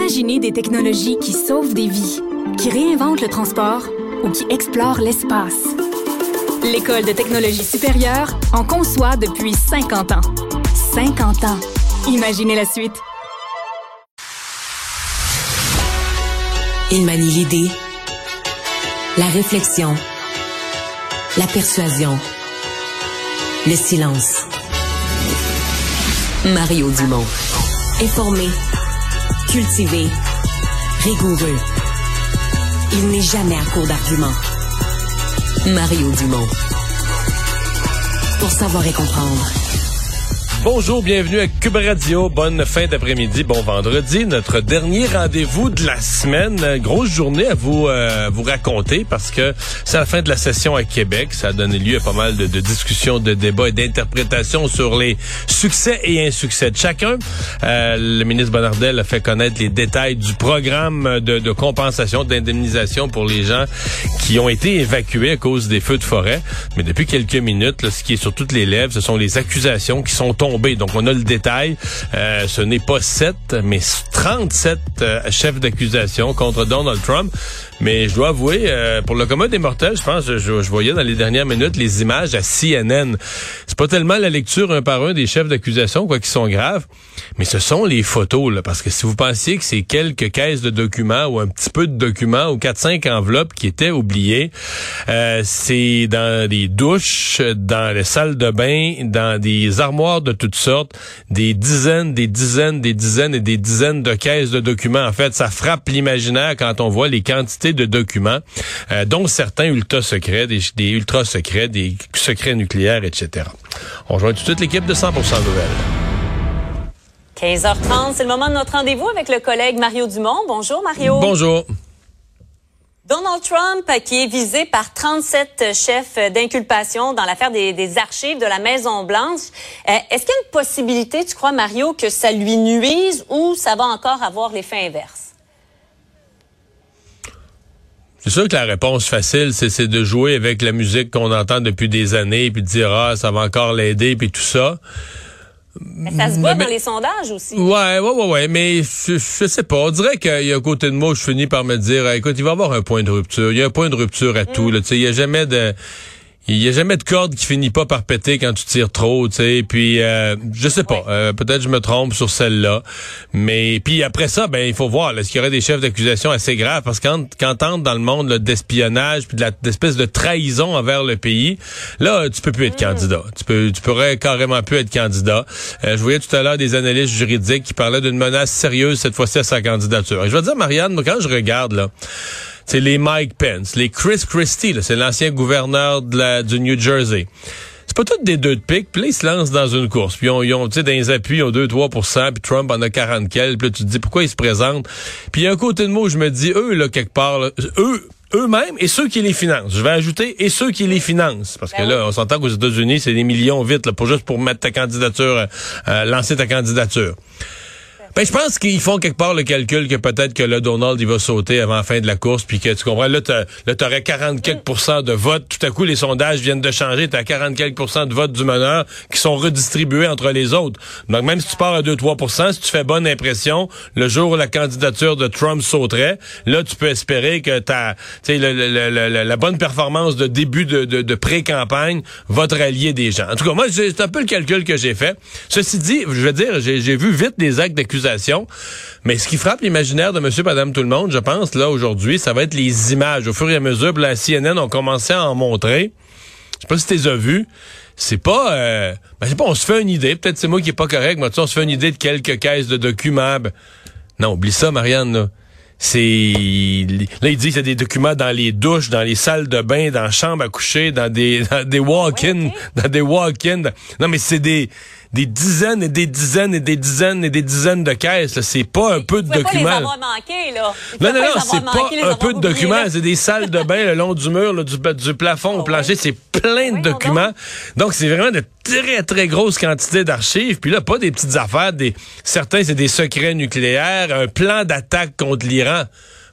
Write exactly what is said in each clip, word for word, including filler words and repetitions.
Imaginez des technologies qui sauvent des vies, qui réinventent le transport ou qui explorent l'espace. L'École de technologie supérieure en conçoit depuis cinquante ans. cinquante ans. Imaginez la suite. Il manie l'idée, la réflexion, la persuasion, le silence. Mario Dumont. Informé, cultivé, rigoureux. Il n'est jamais à court d'arguments. Mario Dumont. Pour savoir et comprendre. Bonjour, bienvenue à Cube Radio. Bonne fin d'après-midi, bon vendredi. Notre dernier rendez-vous de la semaine. Grosse journée à vous euh, vous raconter parce que c'est la fin de la session à Québec. Ça a donné lieu à pas mal de, de discussions, de débats et d'interprétations sur les succès et insuccès de chacun. Euh, le ministre Bonnardel a fait connaître les détails du programme de, de compensation, d'indemnisation pour les gens qui ont été évacués à cause des feux de forêt. Mais depuis quelques minutes, là, ce qui est sur toutes les lèvres, ce sont les accusations qui sont tombées. Donc, on a le détail. Euh, ce n'est pas sept, mais trente-sept euh, chefs d'accusation contre Donald Trump. Mais je dois avouer, euh, pour le commun des mortels, je pense, je, je voyais dans les dernières minutes les images à C N N. C'est pas tellement la lecture un par un des chefs d'accusation, quoi, qui sont graves, mais ce sont les photos, là. Parce que si vous pensiez que c'est quelques caisses de documents ou un petit peu de documents ou quatre cinq enveloppes qui étaient oubliées, euh, c'est dans des douches, dans les salles de bain, dans des armoires de toutes sortes, des dizaines, des dizaines, des dizaines et des dizaines de caisses de documents. En fait, ça frappe l'imaginaire quand on voit les quantités de documents, euh, dont certains ultra secrets, des, des ultra secrets, des secrets nucléaires, et cetera. On rejoint tout de suite l'équipe de cent pour cent Nouvelles. quinze heures trente, c'est le moment de notre rendez-vous avec le collègue Mario Dumont. Bonjour Mario. Bonjour. Donald Trump, qui est visé par trente-sept chefs d'inculpation dans l'affaire des, des archives de la Maison-Blanche. Euh, est-ce qu'il y a une possibilité, tu crois, Mario, que ça lui nuise ou ça va encore avoir l'effet inverse? C'est sûr que la réponse facile, c'est, c'est de jouer avec la musique qu'on entend depuis des années, puis de dire, ah, ça va encore l'aider, puis tout ça. Mais ça se voit mais, dans les sondages aussi. Ouais, ouais, ouais, ouais, mais je, je sais pas. On dirait qu'il y a un côté de moi où je finis par me dire, écoute, il va y avoir un point de rupture. Il y a un point de rupture à mm. tout, là. Tu sais, il y a jamais de... Il y a jamais de corde qui finit pas par péter quand tu tires trop, tu sais. Puis euh, je sais pas, ouais. euh, peut-être je me trompe sur celle-là, mais puis après ça, ben il faut voir. Là, est-ce qu'il y aurait des chefs d'accusation assez graves parce que quand quand t'entres dans le monde là, d'espionnage puis de la d'espèce de trahison envers le pays, là tu peux plus être mmh. candidat. Tu peux tu pourrais carrément plus être candidat. Euh, je voyais tout à l'heure des analystes juridiques qui parlaient d'une menace sérieuse cette fois-ci à sa candidature. Et je vais te dire, Marianne, moi, quand je regarde là. C'est les Mike Pence, les Chris Christie, là, c'est l'ancien gouverneur de la, du New Jersey. C'est pas toutes des deux de pique, puis là, ils se lancent dans une course. Puis ils ont, ils ont tu sais, dans les appuis, ils ont deux à trois pour cent, puis Trump en a quarante quelques. Puis là, tu te dis, pourquoi ils se présentent? Puis il y a un côté de moi où je me dis, eux, là, quelque part, là, eux, eux-mêmes et ceux qui les financent. Je vais ajouter, et ceux qui les financent. Parce que ben là, oui. on s'entend qu'aux États-Unis, c'est des millions vite, là, pour juste pour mettre ta candidature, euh, lancer ta candidature. Ben, je pense qu'ils font quelque part le calcul que peut-être que là, Donald, il va sauter avant la fin de la course, puis que, tu comprends, là, t'as, là, t'aurais quarante quelques pourcents de votes. Tout à coup, les sondages viennent de changer. T'as quarante quelques pourcents de votes du meneur qui sont redistribués entre les autres. Donc, même si tu pars à deux à trois pour cent, si tu fais bonne impression, le jour où la candidature de Trump sauterait, là, tu peux espérer que ta, tu sais, le, le, le, le, la bonne performance de début de, de, de pré-campagne va te rallier des gens. En tout cas, moi, c'est un peu le calcul que j'ai fait. Ceci dit, je veux dire, j'ai, j'ai vu vite des actes d'accusation. Mais ce qui frappe l'imaginaire de monsieur, madame, tout le monde, je pense, là, aujourd'hui, ça va être les images. Au fur et à mesure, la C N N ont commencé à en montrer. Je sais pas si tu les as vues. C'est pas... Euh, ben, je sais pas, on se fait une idée. Peut-être c'est moi qui est pas correct, mais tu sais, on se fait une idée de quelques caisses de documents. Ben, non, oublie ça, Marianne, là. C'est... Là, il dit qu'il y a des documents dans les douches, dans les salles de bain, dans les chambres à coucher, dans des, dans des walk-in, ouais, okay. dans des walk-in. Dans... Non, mais c'est des... des dizaines et des dizaines et des dizaines et des dizaines de caisses. Là. C'est pas un peu de documents. Pas les avoir manqués, là. Non, non, non, c'est pas un peu de documents. C'est des salles de bain le long du mur, là, du, du plafond oh, au plancher. Ouais. C'est plein de oui, documents. Donc, c'est vraiment de très, très grosses quantités d'archives. Puis là, pas des petites affaires. Des Certains, c'est des secrets nucléaires, un plan d'attaque contre l'Iran.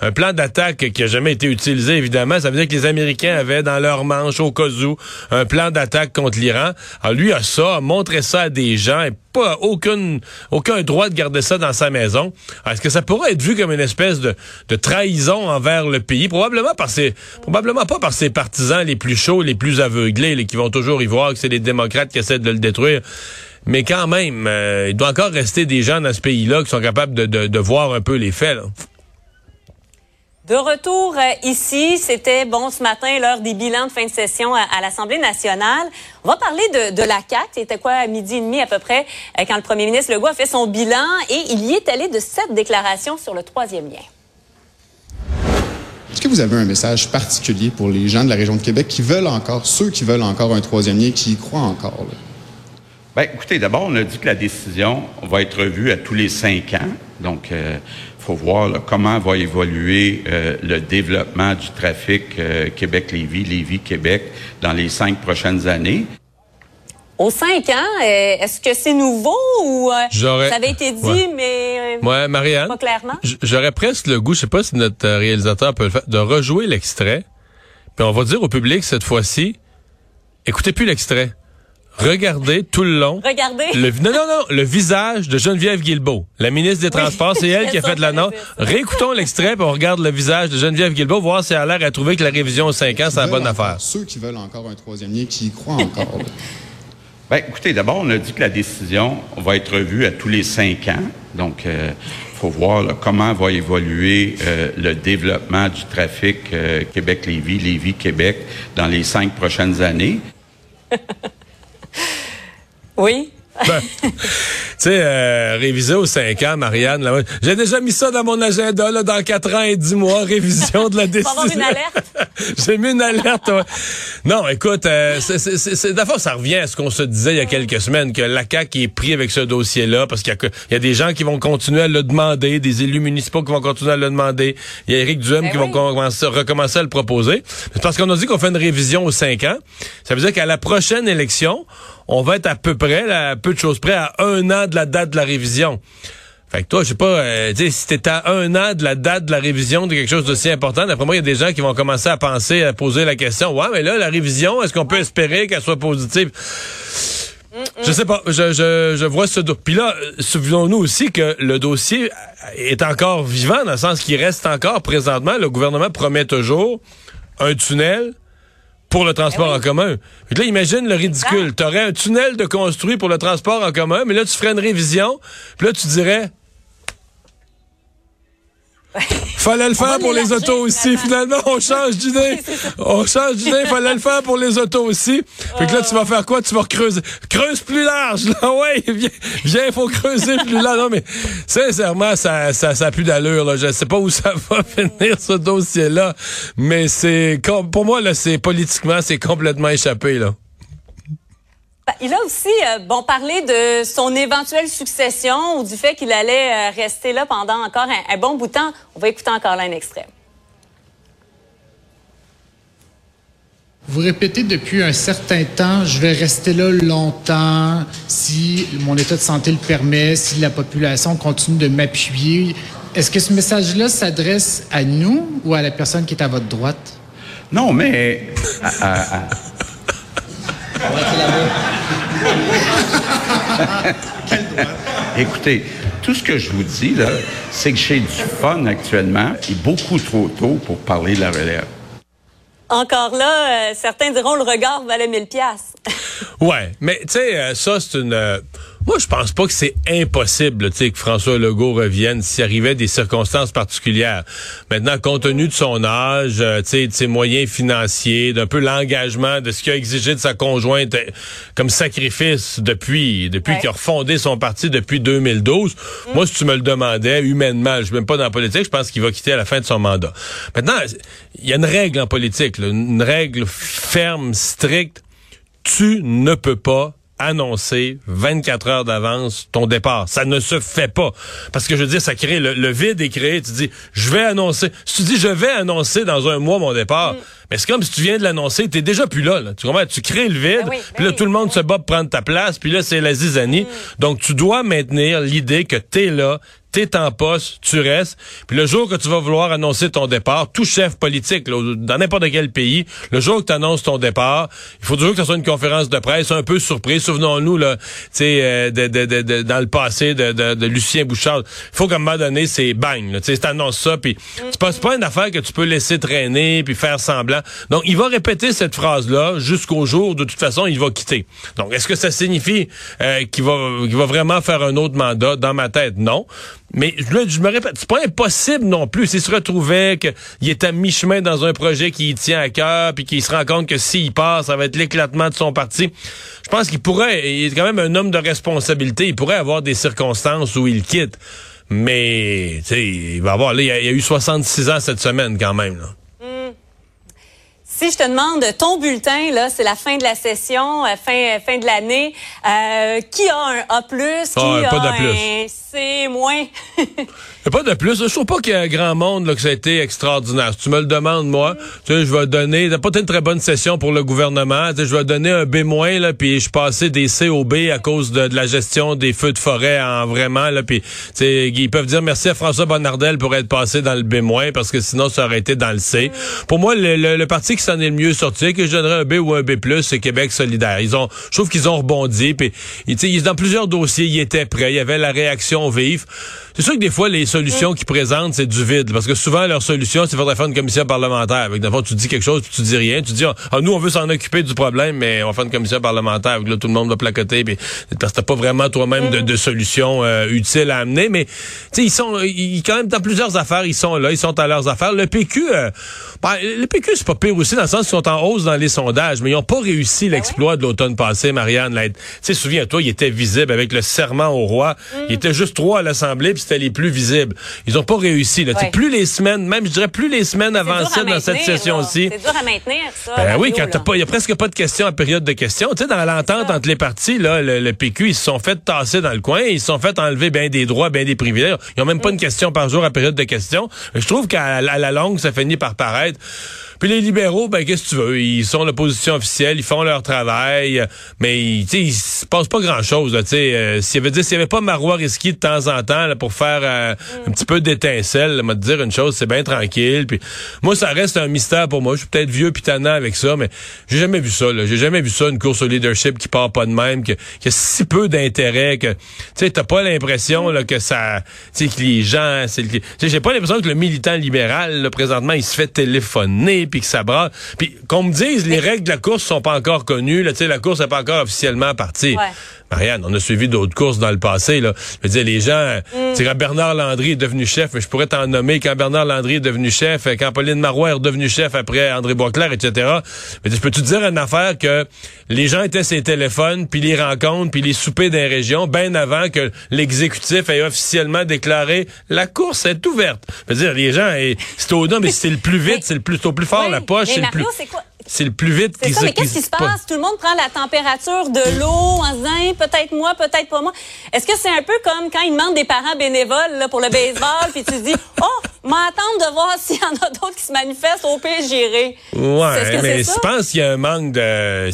un plan d'attaque qui a jamais été utilisé, évidemment. Ça veut dire que les Américains avaient dans leur manche, au cas où, un plan d'attaque contre l'Iran. Alors lui a ça, a montré ça à des gens, et pas aucun, aucun droit de garder ça dans sa maison. Alors, est-ce que ça pourrait être vu comme une espèce de, de trahison envers le pays? Probablement par ses, probablement pas par ses partisans les plus chauds, les plus aveuglés, les qui vont toujours y voir que c'est les démocrates qui essaient de le détruire. Mais quand même, euh, il doit encore rester des gens dans ce pays-là qui sont capables de, de, de voir un peu les faits, là. De retour euh, ici, c'était, bon, ce matin, l'heure des bilans de fin de session à, à l'Assemblée nationale. On va parler de, de la C A Q. C'était quoi, à midi et demi à peu près, euh, quand le premier ministre Legault a fait son bilan, et il y est allé de sept déclarations sur le troisième lien. Est-ce que vous avez un message particulier pour les gens de la région de Québec qui veulent encore, ceux qui veulent encore un troisième lien, qui y croient encore, là? Bien, écoutez, d'abord, on a dit que la décision va être revue à tous les cinq ans. Donc, il euh, faut voir là, comment va évoluer euh, le développement du trafic euh, Québec-Lévis, Lévis-Québec dans les cinq prochaines années. Aux cinq ans, euh, est-ce que c'est nouveau ou euh, ça avait été dit, ouais. mais euh, ouais, Marianne, pas clairement? J'aurais presque le goût, je sais pas si notre réalisateur peut le faire, de rejouer l'extrait. Puis on va dire au public cette fois-ci, écoutez plus l'extrait. Regardez tout le long. Regardez. Le, non, non, non. Le visage de Geneviève Guilbeault, la ministre des Transports. Oui, c'est elle qui a fait la note. Réécoutons l'extrait, puis on regarde le visage de Geneviève Guilbeault, voir si elle a l'air à trouver que la révision aux cinq ans, c'est la bonne encore, affaire. Ceux qui veulent encore un troisième lien, qui y croient encore. Bien, écoutez, d'abord, on a dit que la décision va être revue à tous les cinq ans. Donc, il euh, faut voir là, comment va évoluer euh, le développement du trafic euh, Québec-Lévis, Lévis-Québec dans les cinq prochaines années. Oui. Ben, tu sais, euh, réviser aux cinq ans, Marianne, là, j'ai déjà mis ça dans mon agenda, là, dans quatre ans et dix mois, révision de la décision. Pendant une alerte. J'ai mis une alerte, ouais. Non, écoute, euh, c'est, c'est, c'est, d'abord, ça revient à ce qu'on se disait il y a quelques semaines, que la C A Q est pris avec ce dossier-là, parce qu'il y a, il y a des gens qui vont continuer à le demander, des élus municipaux qui vont continuer à le demander, il y a Éric Duhem ben qui oui. va commencer, recommencer à le proposer. C'est parce qu'on a dit qu'on fait une révision aux cinq ans. Ça veut dire qu'à la prochaine élection, on va être à peu près, là, à peu de choses près, à un an de la date de la révision. Fait que toi, je sais pas, euh, tu sais, si t'es à un an de la date de la révision de quelque chose d'aussi important, d'après moi, il y a des gens qui vont commencer à penser, à poser la question, ouais, mais là, la révision, est-ce qu'on peut espérer qu'elle soit positive? Mm-mm. Je sais pas, je, je, je vois ce dossier. Puis là, souvenons-nous aussi que le dossier est encore vivant, dans le sens qu'il reste encore présentement. Le gouvernement promet toujours un tunnel pour le transport eh oui. en commun. Puis là, imagine le ridicule. Tu aurais un tunnel de construit pour le transport en commun, mais là, tu ferais une révision, puis là, tu dirais... Fallait le faire pour les autos aussi. Finalement, on change d'idée. On change d'idée. Fallait le faire pour les autos aussi. Fait que là, tu vas faire quoi? Tu vas creuser. Creuse plus large, là. Ouais, viens, viens, faut creuser plus large. Non, mais, sincèrement, ça, ça, ça a plus d'allure, là. Je sais pas où ça va finir, ce dossier-là. Mais c'est, pour moi, là, c'est politiquement, c'est complètement échappé, là. Il a aussi, euh, bon, parlé de son éventuelle succession ou du fait qu'il allait euh, rester là pendant encore un, un bon bout de temps. On va écouter encore là un extrait. Vous répétez depuis un certain temps, je vais rester là longtemps si mon état de santé le permet, si la population continue de m'appuyer. Est-ce que ce message-là s'adresse à nous ou à la personne qui est à votre droite? Non, mais... à, à, à... Écoutez, tout ce que je vous dis, là, c'est que j'ai du fun actuellement et beaucoup trop tôt pour parler de la relève. Encore là, euh, certains diront le regard valait mille piastres. Ouais, mais tu sais, euh, ça, c'est une... Euh, moi, je pense pas que c'est impossible, tu sais, que François Legault revienne s'il arrivait des circonstances particulières. Maintenant, compte tenu de son âge, euh, tu sais, de ses moyens financiers, d'un peu l'engagement de ce qu'il a exigé de sa conjointe euh, comme sacrifice depuis depuis ouais. qu'il a refondé son parti depuis deux mille douze. Mm. Moi, si tu me le demandais, humainement, je suis même pas dans la politique, je pense qu'il va quitter à la fin de son mandat. Maintenant, il y a une règle en politique, là, une règle ferme, stricte. Tu ne peux pas annoncer vingt-quatre heures d'avance ton départ. Ça ne se fait pas. Parce que je veux dire, ça crée, le, le vide est créé. Tu dis, je vais annoncer. Si tu dis, je vais annoncer dans un mois mon départ, mm. Mais c'est comme si tu viens de l'annoncer, t'es déjà plus là, là. Tu comprends? Tu crées le vide, ben oui, ben puis là, oui, tout le monde ben se bat pour prendre ta place, puis là, c'est la zizanie. Mm. Donc, tu dois maintenir l'idée que t'es là, t'es en poste, tu restes. Puis le jour que tu vas vouloir annoncer ton départ, tout chef politique, là, dans n'importe quel pays, le jour que tu annonces ton départ, il faut toujours que ce soit une conférence de presse un peu surprise. Souvenons-nous, là, tu sais, euh, de, de, de, de, dans le passé de, de, de Lucien Bouchard. Il faut qu'à un moment donné, c'est bang, tu sais, t'annonces ça, puis c'est pas, c'est pas une affaire que tu peux laisser traîner puis faire semblant. Donc, il va répéter cette phrase-là jusqu'au jour où, de toute façon, il va quitter. Donc, est-ce que ça signifie euh, qu'il va, qu'il va vraiment faire un autre mandat? Dans ma tête, non. Mais là, je me répète, c'est pas impossible non plus. S'il se retrouvait qu'il est à mi-chemin dans un projet qui tient à cœur, puis qu'il se rend compte que s'il part, ça va être l'éclatement de son parti. Je pense qu'il pourrait, il est quand même un homme de responsabilité, il pourrait avoir des circonstances où il quitte. Mais, tu sais, il va avoir, là, il y a, il y a eu soixante-six ans cette semaine quand même, là. Si je te demande ton bulletin, là, c'est la fin de la session, fin fin de l'année. Euh, qui a un A plus, qui ah, pas a de plus. un C moins? Il n'y a pas de plus. Je trouve pas qu'il y a grand monde là, que ça a été extraordinaire. Si tu me le demandes, moi, mm. tu sais, je vais donner... T'as pas été une très bonne session pour le gouvernement. Tu sais, je vais donner un B moins, là, puis je suis passé des C au B à cause de, de la gestion des feux de forêt en vraiment, là, puis tu sais, ils peuvent dire merci à François Bonnardel pour être passé dans le B moins, parce que sinon, ça aurait été dans le C. Mm. Pour moi, le, le, le parti qui s'en est le mieux sorti, que je donnerais un B ou un B plus, c'est Québec solidaire. Ils ont, je trouve qu'ils ont rebondi, puis tu sais, dans plusieurs dossiers, ils étaient prêts. Il y avait la réaction vive. C'est sûr que des fois, les solutions mm. qu'ils présentent, c'est du vide. Parce que souvent, leur solution, c'est faudrait faire une commission parlementaire. Avec, d'abord, tu dis quelque chose, puis tu dis rien. Tu dis, ah, nous, on veut s'en occuper du problème, mais on va faire une commission parlementaire. Avec, là, tout le monde va placoter. Puis, parce que t'as pas vraiment toi-même mm. de, de solution euh, utile à amener. Mais, tu sais, ils sont, ils, quand même, dans plusieurs affaires, ils sont là, ils sont à leurs affaires. Le P Q, euh, ben, le P Q, c'est pas pire aussi, dans le sens qu'ils sont en hausse dans les sondages, mais ils ont pas réussi l'exploit de l'automne passé, Marianne. Tu sais, souviens-toi, il était visible avec le serment au roi. Mm. Il était juste trois à l'Assemblée, puis c'était les plus visibles. Ils ont pas réussi. Là. Ouais. Plus les semaines, même je dirais plus les semaines avançaient dans cette session-ci. C'est dur à maintenir, ça. Ben Mario, oui, quand t'as pas, il y a presque pas de questions à période de questions. Tu sais, dans l'entente entre les partis, là, le, le P Q, ils se sont fait tasser dans le coin, ils se sont fait enlever bien des droits, bien des privilèges. Ils ont même mm. pas une question par jour à période de questions. Je trouve qu'à à la longue, ça finit par paraître. Puis les libéraux, ben qu'est-ce que tu veux? Ils sont l'opposition officielle, ils font leur travail, mais tu sais, il se passe pas grand-chose. Tu sais, euh, s'il y avait, s'il y avait pas Marois Risky de temps en temps là, pour faire euh, mm. un petit peu d'étincelle, me dire une chose, c'est bien tranquille. Puis moi, ça reste un mystère pour moi. Je suis peut-être vieux puis tannant avec ça, mais j'ai jamais vu ça. Là. J'ai jamais vu ça, une course au leadership qui part pas de même, que, qu'il y a si peu d'intérêt, que tu sais, t'as pas l'impression là que ça, tu sais, que les gens, c'est, tu sais, j'ai pas l'impression que le militant libéral là, présentement, il se fait téléphoner. Puis que ça brasse. Puis qu'on me dise, les règles de la course sont pas encore connues. Là, la course n'est pas encore officiellement partie. Ouais. Marianne, on a suivi d'autres courses dans le passé. Là. Je veux dire, les gens... Mm. Quand Bernard Landry est devenu chef, je pourrais t'en nommer, quand Bernard Landry est devenu chef, quand Pauline Marois est devenue chef après André Boisclair, et cetera. Mais je peux te dire une affaire que les gens étaient sur les téléphones, puis les rencontres, puis les soupers des régions, bien avant que l'exécutif ait officiellement déclaré la course est ouverte. Je veux dire, les gens, c'est au non, mais c'est le plus vite, c'est le plus, c'est au plus fort, oui, la poche, c'est Mario, le plus... c'est quoi? C'est le plus vite qui se passe. Mais qu'est-ce qui se passe? Tout le monde prend la température de l'eau en disant peut-être moi, peut-être pas moi. Est-ce que c'est un peu comme quand ils demandent des parents bénévoles là, pour le baseball, puis tu te dis oh, m'attendre de voir s'il y en a d'autres qui se manifestent, au pire j'irai. Ouais, mais je pense qu'il y a un manque de...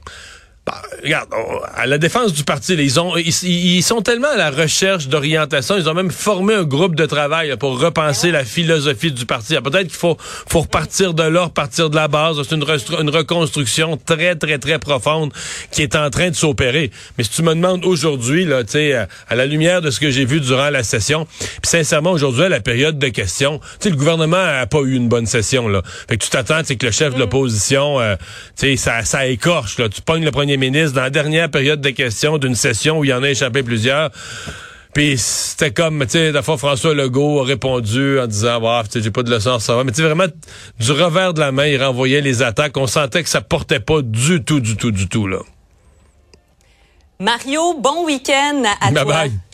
Bah, regarde, à la défense du parti, là, ils ont, ils, ils sont tellement à la recherche d'orientation, ils ont même formé un groupe de travail là, pour repenser la philosophie du parti. Peut-être qu'il faut, faut repartir de là, repartir de la base. C'est une, re- une reconstruction très, très, très profonde qui est en train de s'opérer. Mais si tu me demandes aujourd'hui, là, tu sais, à, à la lumière de ce que j'ai vu durant la session, puis sincèrement, aujourd'hui, à la période de questions, tu sais, le gouvernement a pas eu une bonne session, là. Fait que tu t'attends, tu sais, que le chef de l'opposition, euh, tu sais, ça, ça écorche, là. Tu pognes le premier ministre dans la dernière période de questions d'une session où il y en a échappé plusieurs. Puis c'était comme, tu sais, la fois François Legault a répondu en disant, bah, tu sais, j'ai pas de leçon à recevoir. Mais tu sais, vraiment, du revers de la main, il renvoyait les attaques. On sentait que ça portait pas du tout, du tout, du tout, là. Mario, bon week-end à bye toi. Bye.